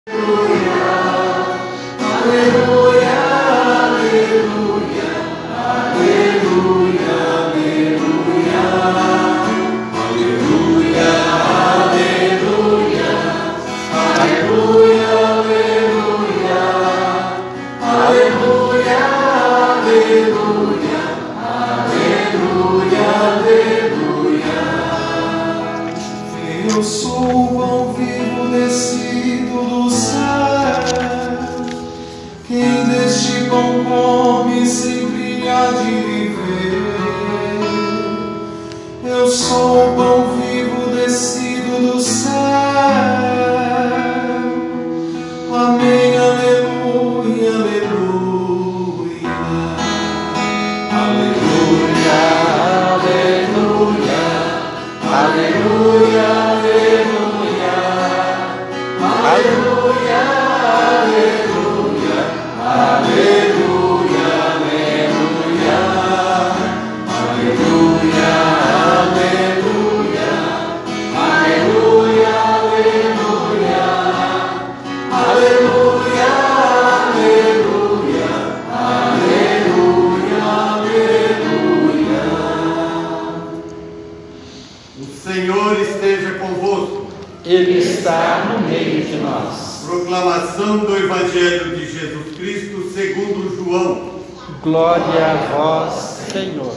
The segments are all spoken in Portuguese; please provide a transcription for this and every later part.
Eu sou o pão vivo descido do céu. Quem deste pão come sempre há de viver. Eu sou o pão vivo descido do céu. Amém, aleluia, aleluia. Aleluia, aleluia. Aleluia, aleluia. Aleluia, aleluia. Aleluia, aleluia. Aleluia, aleluia. Aleluia, aleluia. Aleluia, aleluia. Aleluia, aleluia. O Senhor esteja convosco. Ele está no meio de nós. Proclamação do Evangelho de Jesus Cristo segundo João. Glória a vós, Senhor.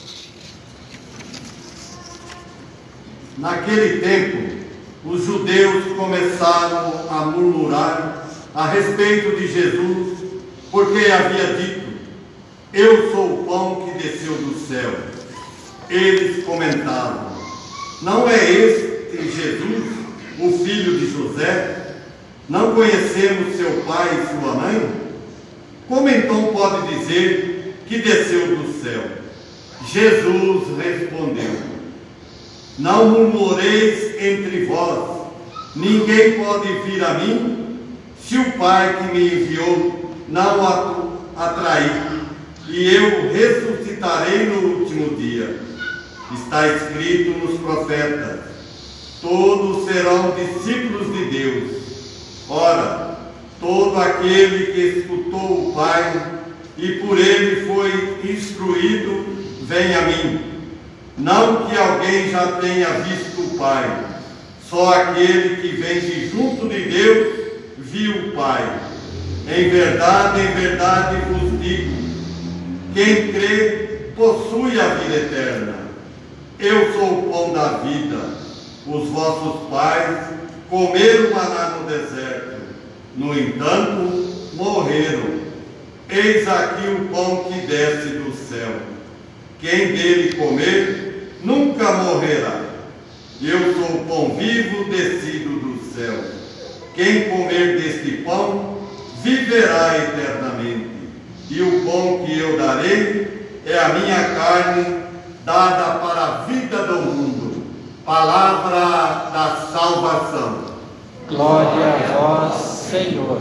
Naquele tempo, os judeus começaram a murmurar a respeito de Jesus, porque havia dito: eu sou o pão que desceu do céu. Eles comentavam: não é este Jesus, o filho de José? Não conhecemos seu pai e sua mãe? Como então pode dizer que desceu do céu? Jesus respondeu: não murmureis entre vós. Ninguém pode vir a mim se o Pai que me enviou não o atrair, e eu ressuscitarei no último dia. Está escrito nos profetas: todos serão discípulos de Deus. Ora, todo aquele que escutou o Pai e por ele foi instruído, vem a mim. Não que alguém já tenha visto o Pai, só aquele que vem de junto de Deus viu o Pai. Em verdade vos digo: quem crê possui a vida eterna. Eu sou o pão da vida. Os vossos pais comeram maná no deserto, no entanto morreram. Eis aqui o pão que desce do céu. Quem dele comer nunca morrerá. Eu sou o pão vivo descido do céu. Quem comer deste pão viverá eternamente. E o pão que eu darei é a minha carne, dada para a vida do mundo. Palavra da salvação. Glória a vós, Senhor.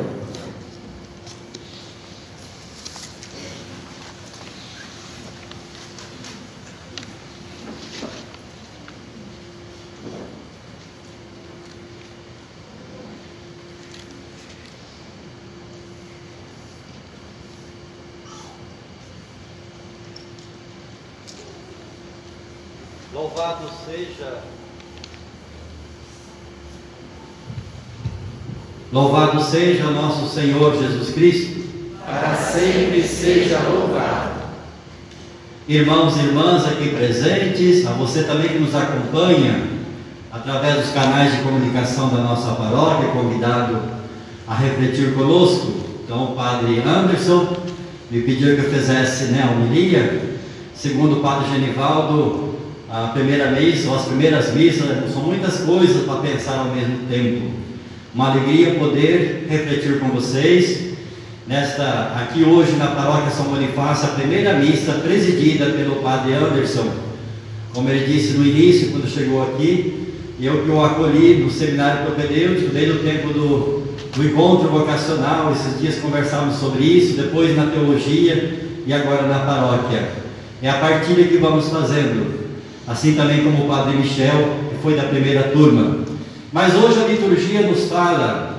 Louvado seja nosso Senhor Jesus Cristo. Para sempre seja louvado. Irmãos e irmãs aqui presentes, a você também que nos acompanha através dos canais de comunicação da nossa paróquia, convidado a refletir conosco. Então o Padre Anderson me pediu que eu fizesse a homilia. Segundo o Padre Genivaldo, a primeira missa, ou as primeiras missas, são muitas coisas para pensar ao mesmo tempo. Uma alegria poder refletir com vocês aqui hoje na Paróquia São Bonifácio, a primeira missa presidida pelo Padre Anderson. Como ele disse no início, quando chegou aqui, eu que o acolhi no seminário propedêutico desde o tempo do encontro vocacional. Esses dias conversamos sobre isso, depois na teologia e agora na paróquia. É a partilha que vamos fazendo, assim também como o Padre Michel, que foi da primeira turma. Mas hoje a liturgia nos fala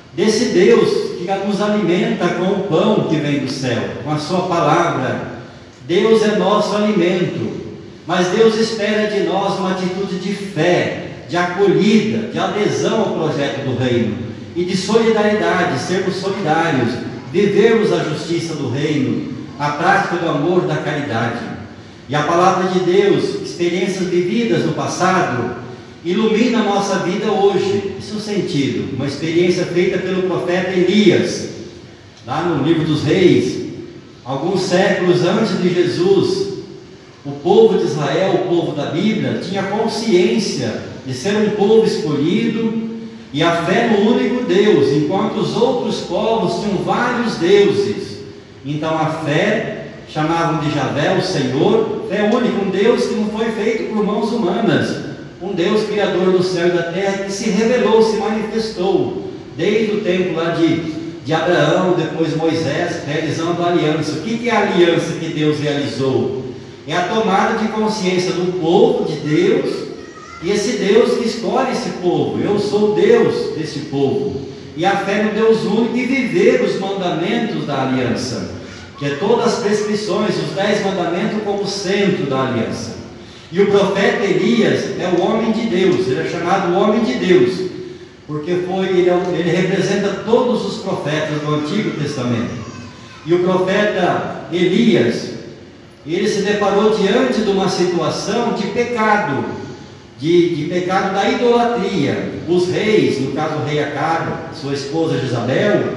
desse Deus que nos alimenta com o pão que vem do céu, com a sua palavra. Deus é nosso alimento, mas Deus espera de nós uma atitude de fé, de acolhida, de adesão ao projeto do reino e de solidariedade, sermos solidários, vivermos a justiça do reino, a prática do amor, da caridade. E a palavra de Deus, experiências vividas no passado, ilumina a nossa vida hoje. Esse é o sentido. Uma experiência feita pelo profeta Elias, lá no livro dos Reis, alguns séculos antes de Jesus. O povo de Israel, o povo da Bíblia, tinha consciência de ser um povo escolhido e a fé no único Deus, enquanto os outros povos tinham vários deuses. Então a fé, chamavam de Javé, o Senhor, fé única, um Deus que não foi feito por mãos humanas, um Deus criador do céu e da terra, que se revelou, se manifestou, desde o tempo lá de Abraão, depois Moisés, realizando a aliança. O que é a aliança que Deus realizou? É a tomada de consciência do povo de Deus, e esse Deus que escolhe esse povo. Eu sou Deus desse povo, e a fé no Deus único, e viver os mandamentos da aliança, que é todas as prescrições, os 10 mandamentos como centro da aliança. E o profeta Elias é o homem de Deus, ele é chamado o homem de Deus, porque ele representa todos os profetas do Antigo Testamento. E o profeta Elias, ele se deparou diante de uma situação de pecado, de pecado da idolatria. Os reis, no caso o rei Acabe, sua esposa Jezabel,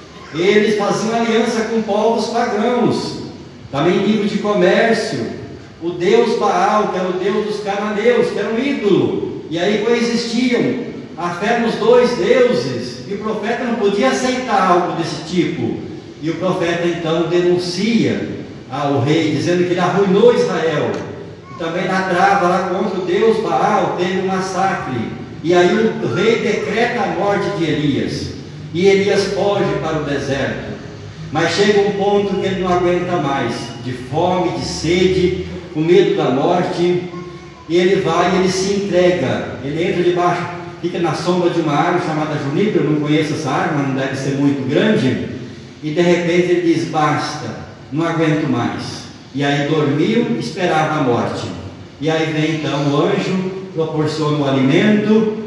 eles faziam aliança com povos pagãos. Também livro de comércio, o deus Baal, que era o deus dos cananeus, que era um ídolo, e aí coexistiam a fé nos dois deuses, e o profeta não podia aceitar algo desse tipo, e o profeta então denuncia ao rei, dizendo que ele arruinou Israel, e também na trava lá contra o deus Baal teve um massacre, e aí o rei decreta a morte de Elias, e Elias foge para o deserto, mas chega um ponto que ele não aguenta mais, de fome, de sede, com medo da morte, e ele vai e ele se entrega, ele entra debaixo, fica na sombra de uma árvore chamada junípero, eu não conheço essa árvore, mas não deve ser muito grande, e de repente ele diz, basta, não aguento mais, e aí dormiu, esperava a morte, e aí vem então o anjo, proporciona o alimento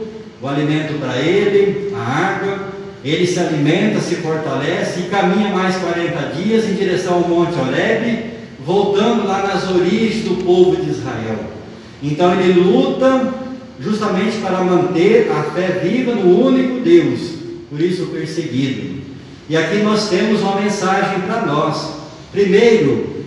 para ele, a água, ele se alimenta, se fortalece, e caminha mais 40 dias em direção ao Monte Horebe, voltando lá nas origens do povo de Israel. Então ele luta justamente para manter a fé viva no único Deus, por isso perseguido. E aqui nós temos uma mensagem para nós. Primeiro,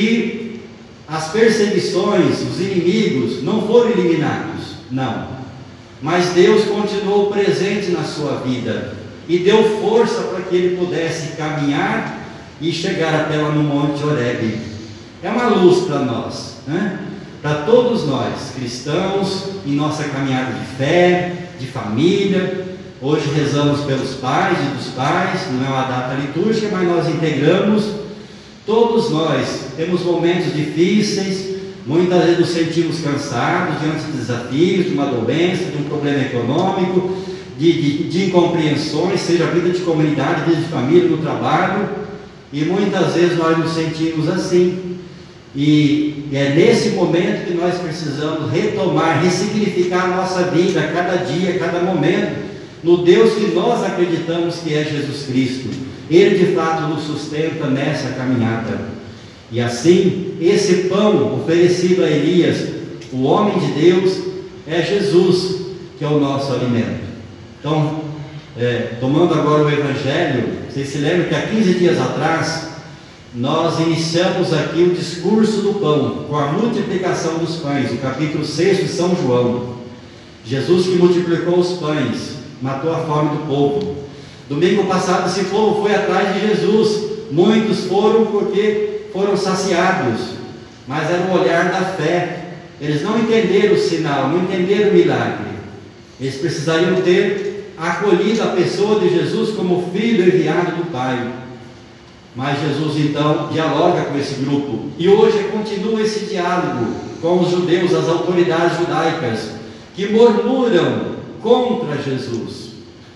que as perseguições, os inimigos não foram eliminados, não, mas Deus continuou presente na sua vida e deu força para que ele pudesse caminhar e chegar até lá no Monte Horebe. É uma luz para nós, né? Para todos nós, cristãos, em nossa caminhada de fé, de família. Hoje rezamos pelos pais e dos pais, não é uma data litúrgica, mas nós integramos. Todos nós temos momentos difíceis, muitas vezes nos sentimos cansados diante de desafios, de uma doença, de um problema econômico, de incompreensões, seja a vida de comunidade, vida de família, no trabalho, e muitas vezes nós nos sentimos assim. E é nesse momento que nós precisamos retomar, ressignificar a nossa vida, cada dia, cada momento, no Deus que nós acreditamos que é Jesus Cristo. Ele de fato nos sustenta nessa caminhada. E assim, esse pão oferecido a Elias, o homem de Deus, é Jesus, que é o nosso alimento. Então, tomando agora o Evangelho, vocês se lembram que há 15 dias atrás, nós iniciamos aqui o discurso do pão, com a multiplicação dos pães, o capítulo 6 de São João. Jesus que multiplicou os pães, matou a fome do povo. Domingo passado esse povo foi atrás de Jesus, muitos foram porque foram saciados, mas era o olhar da fé. Eles não entenderam o sinal, não entenderam o milagre. Eles precisariam ter acolhido a pessoa de Jesus como filho enviado do Pai. Mas Jesus então dialoga com esse grupo, e hoje continua esse diálogo com os judeus, as autoridades judaicas, que murmuram contra Jesus.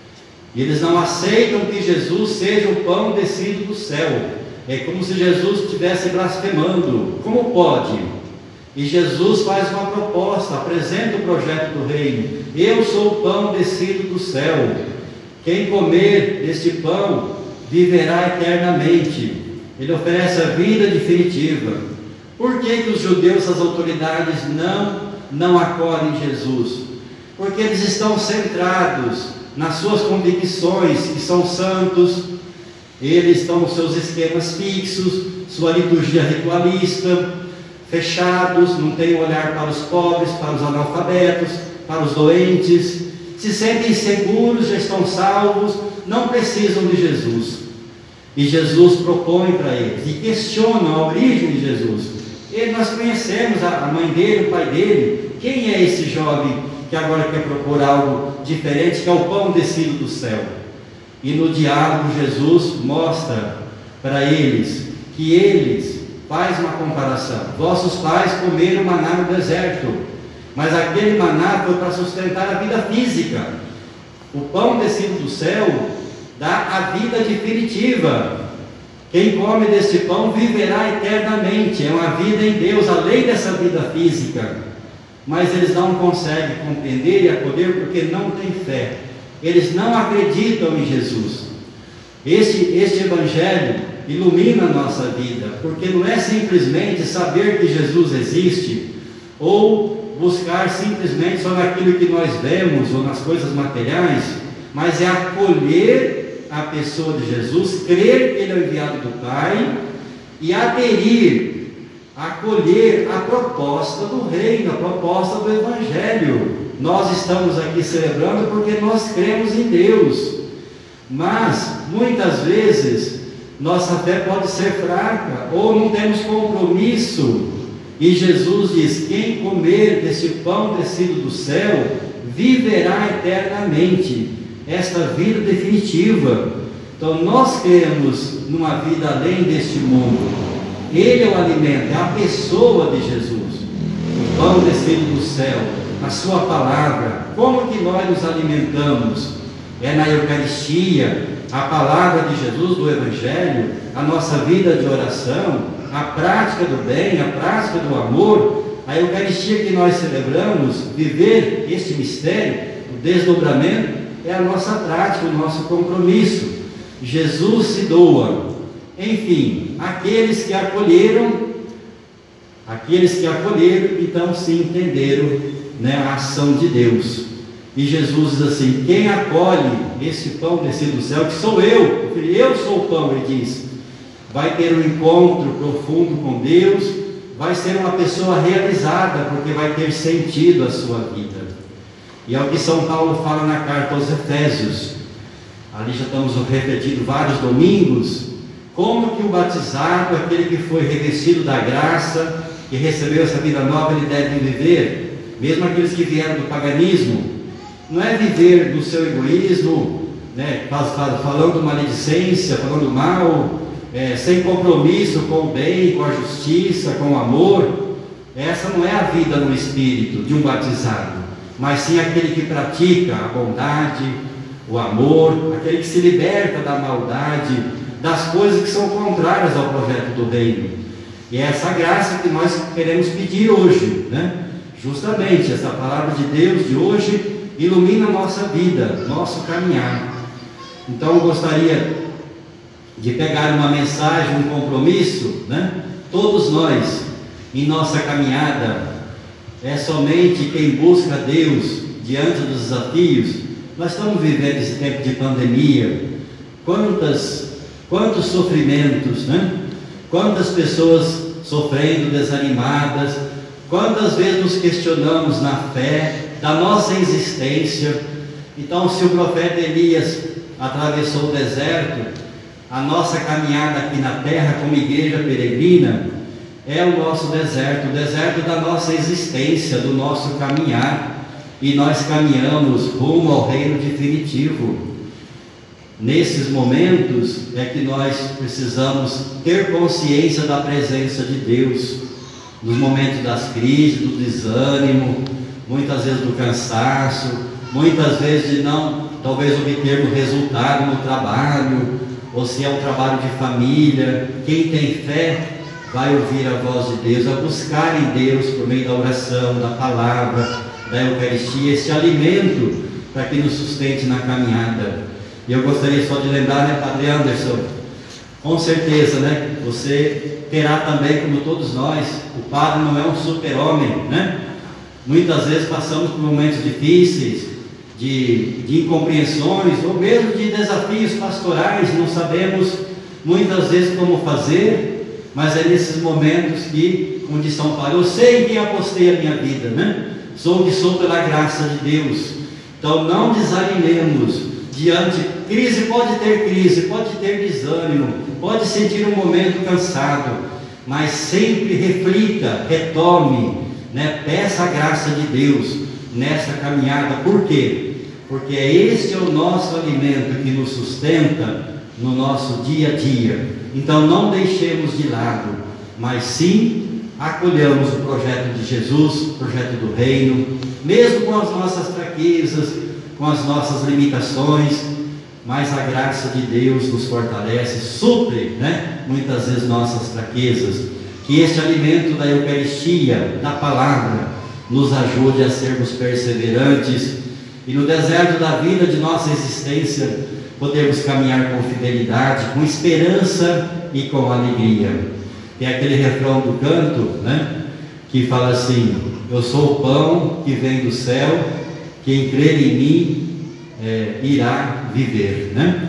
E eles não aceitam que Jesus seja o pão descido do céu. É como se Jesus estivesse blasfemando. Como pode? E Jesus faz uma proposta, apresenta o projeto do reino. Eu sou o pão descido do céu. Quem comer deste pão viverá eternamente. Ele oferece a vida definitiva. Por que os judeus, as autoridades, não acolhem Jesus? Porque eles estão centrados nas suas convicções, que são santos. Eles estão nos seus esquemas fixos, sua liturgia ritualista, fechados, não têm olhar para os pobres, para os analfabetos, para os doentes, se sentem seguros, já estão salvos, não precisam de Jesus. E Jesus propõe para eles, e questiona a origem de Jesus. Nós conhecemos a mãe dele, o pai dele. Quem é esse jovem que agora quer propor algo diferente, que é o pão descido do céu? E no diálogo Jesus mostra para eles que eles faz uma comparação. Vossos pais comeram maná no deserto, mas aquele maná foi para sustentar a vida física. O pão descido do céu dá a vida definitiva. Quem come deste pão viverá eternamente. É uma vida em Deus, além dessa vida física. Mas eles não conseguem compreender e acolher porque não têm fé. Eles não acreditam em Jesus. Este Evangelho ilumina a nossa vida, porque não é simplesmente saber que Jesus existe, ou buscar simplesmente só naquilo que nós vemos, ou nas coisas materiais, mas é acolher a pessoa de Jesus, crer que Ele é o enviado do Pai, e acolher a proposta do reino, a proposta do Evangelho. Nós estamos aqui celebrando porque nós cremos em Deus, mas muitas vezes nossa fé pode ser fraca, ou não temos compromisso, e Jesus diz: quem comer desse pão descido do céu, viverá eternamente, esta vida definitiva. Então nós cremos numa vida além deste mundo. Ele é o alimento, é a pessoa de Jesus, o pão descido do céu, a sua palavra. Como que nós nos alimentamos? É na Eucaristia, a palavra de Jesus, do Evangelho, a nossa vida de oração, a prática do bem, a prática do amor, a Eucaristia que nós celebramos, viver este mistério, o desdobramento, é a nossa prática, o nosso compromisso. Jesus se doa. Enfim, aqueles que acolheram, então se entenderam, a ação de Deus. E Jesus diz assim: quem acolhe esse pão descido do céu, que sou eu sou o pão, ele diz, vai ter um encontro profundo com Deus, vai ser uma pessoa realizada, porque vai ter sentido a sua vida. E é o que São Paulo fala na carta aos Efésios. Ali já estamos repetindo vários domingos, como que o batizado, aquele que foi revestido da graça, que recebeu essa vida nova, ele deve viver, mesmo aqueles que vieram do paganismo. Não é viver do seu egoísmo, falando maledicência, falando mal, sem compromisso com o bem, com a justiça, com o amor. Essa não é a vida no espírito de um batizado, mas sim aquele que pratica a bondade, o amor, aquele que se liberta da maldade, das coisas que são contrárias ao projeto do reino. E é essa graça que nós queremos pedir hoje, justamente essa palavra de Deus de hoje ilumina a nossa vida, nosso caminhar. Então eu gostaria de pegar uma mensagem, um compromisso, todos nós, em nossa caminhada, é somente quem busca Deus diante dos desafios. Nós estamos vivendo esse tempo de pandemia, quantos sofrimentos, quantas pessoas sofrendo, desanimadas, quantas vezes nos questionamos na fé, da nossa existência. Então, se o profeta Elias atravessou o deserto, a nossa caminhada aqui na terra como igreja peregrina é o nosso deserto, o deserto da nossa existência, do nosso caminhar, e nós caminhamos rumo ao reino definitivo. Nesses momentos é que nós precisamos ter consciência da presença de Deus, nos momentos das crises, do desânimo, muitas vezes do cansaço, muitas vezes de não talvez obter um resultado no trabalho, ou se é um trabalho de família. Quem tem fé vai ouvir a voz de Deus, vai buscar em Deus por meio da oração, da palavra, da Eucaristia, esse alimento para que nos sustente na caminhada. E eu gostaria só de lembrar, né, Padre Anderson, com certeza, né, você terá também, como todos nós, o padre não é um super-homem, né? Muitas vezes passamos por momentos difíceis, de incompreensões, ou mesmo de desafios pastorais, não sabemos muitas vezes como fazer, mas é nesses momentos que, como diz São Paulo, eu sei em quem apostei a minha vida, né? Sou o que sou pela graça de Deus. Então não desanimemos diante de crise. Pode ter desânimo, pode sentir um momento cansado, mas sempre reflita, retome, né? Peça a graça de Deus nessa caminhada. Por quê? Porque este é o nosso alimento que nos sustenta no nosso dia a dia. Então não deixemos de lado, mas sim acolhamos o projeto de Jesus, o projeto do reino, mesmo com as nossas fraquezas, com as nossas limitações, mas a graça de Deus nos fortalece, supre, né, muitas vezes nossas fraquezas. Que este alimento da Eucaristia, da palavra, nos ajude a sermos perseverantes e no deserto da vida de nossa existência podemos caminhar com fidelidade, com esperança e com alegria. Tem aquele refrão do canto, né, que fala assim: eu sou o pão que vem do céu, quem crer em mim irá viver, né?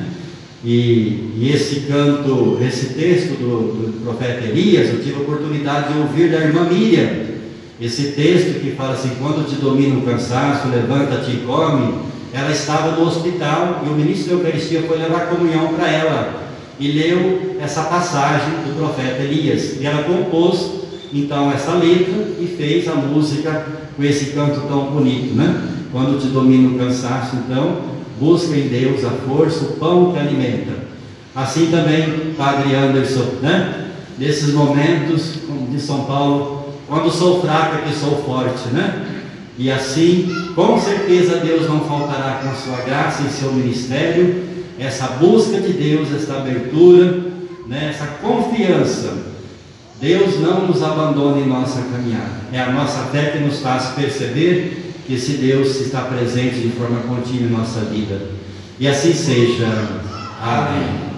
E esse canto, esse texto do profeta Elias, eu tive a oportunidade de ouvir da irmã Miriam, esse texto que fala assim: quando te domina o cansaço, levanta-te e come. Ela estava no hospital e o ministro da Eucaristia foi levar comunhão para ela e leu essa passagem do profeta Elias, e ela compôs então essa letra e fez a música com esse canto tão bonito, né? Quando te domina o cansaço, então busca em Deus a força, o pão que alimenta. Assim também, Padre Anderson, né? Nesses momentos, como diz São Paulo, quando sou fraco é que sou forte, né? E assim, com certeza Deus não faltará com a sua graça em seu ministério, essa busca de Deus, essa abertura, né? Essa confiança. Deus não nos abandona em nossa caminhada. É a nossa fé que nos faz perceber que esse Deus está presente de forma contínua em nossa vida. E assim seja. Amém.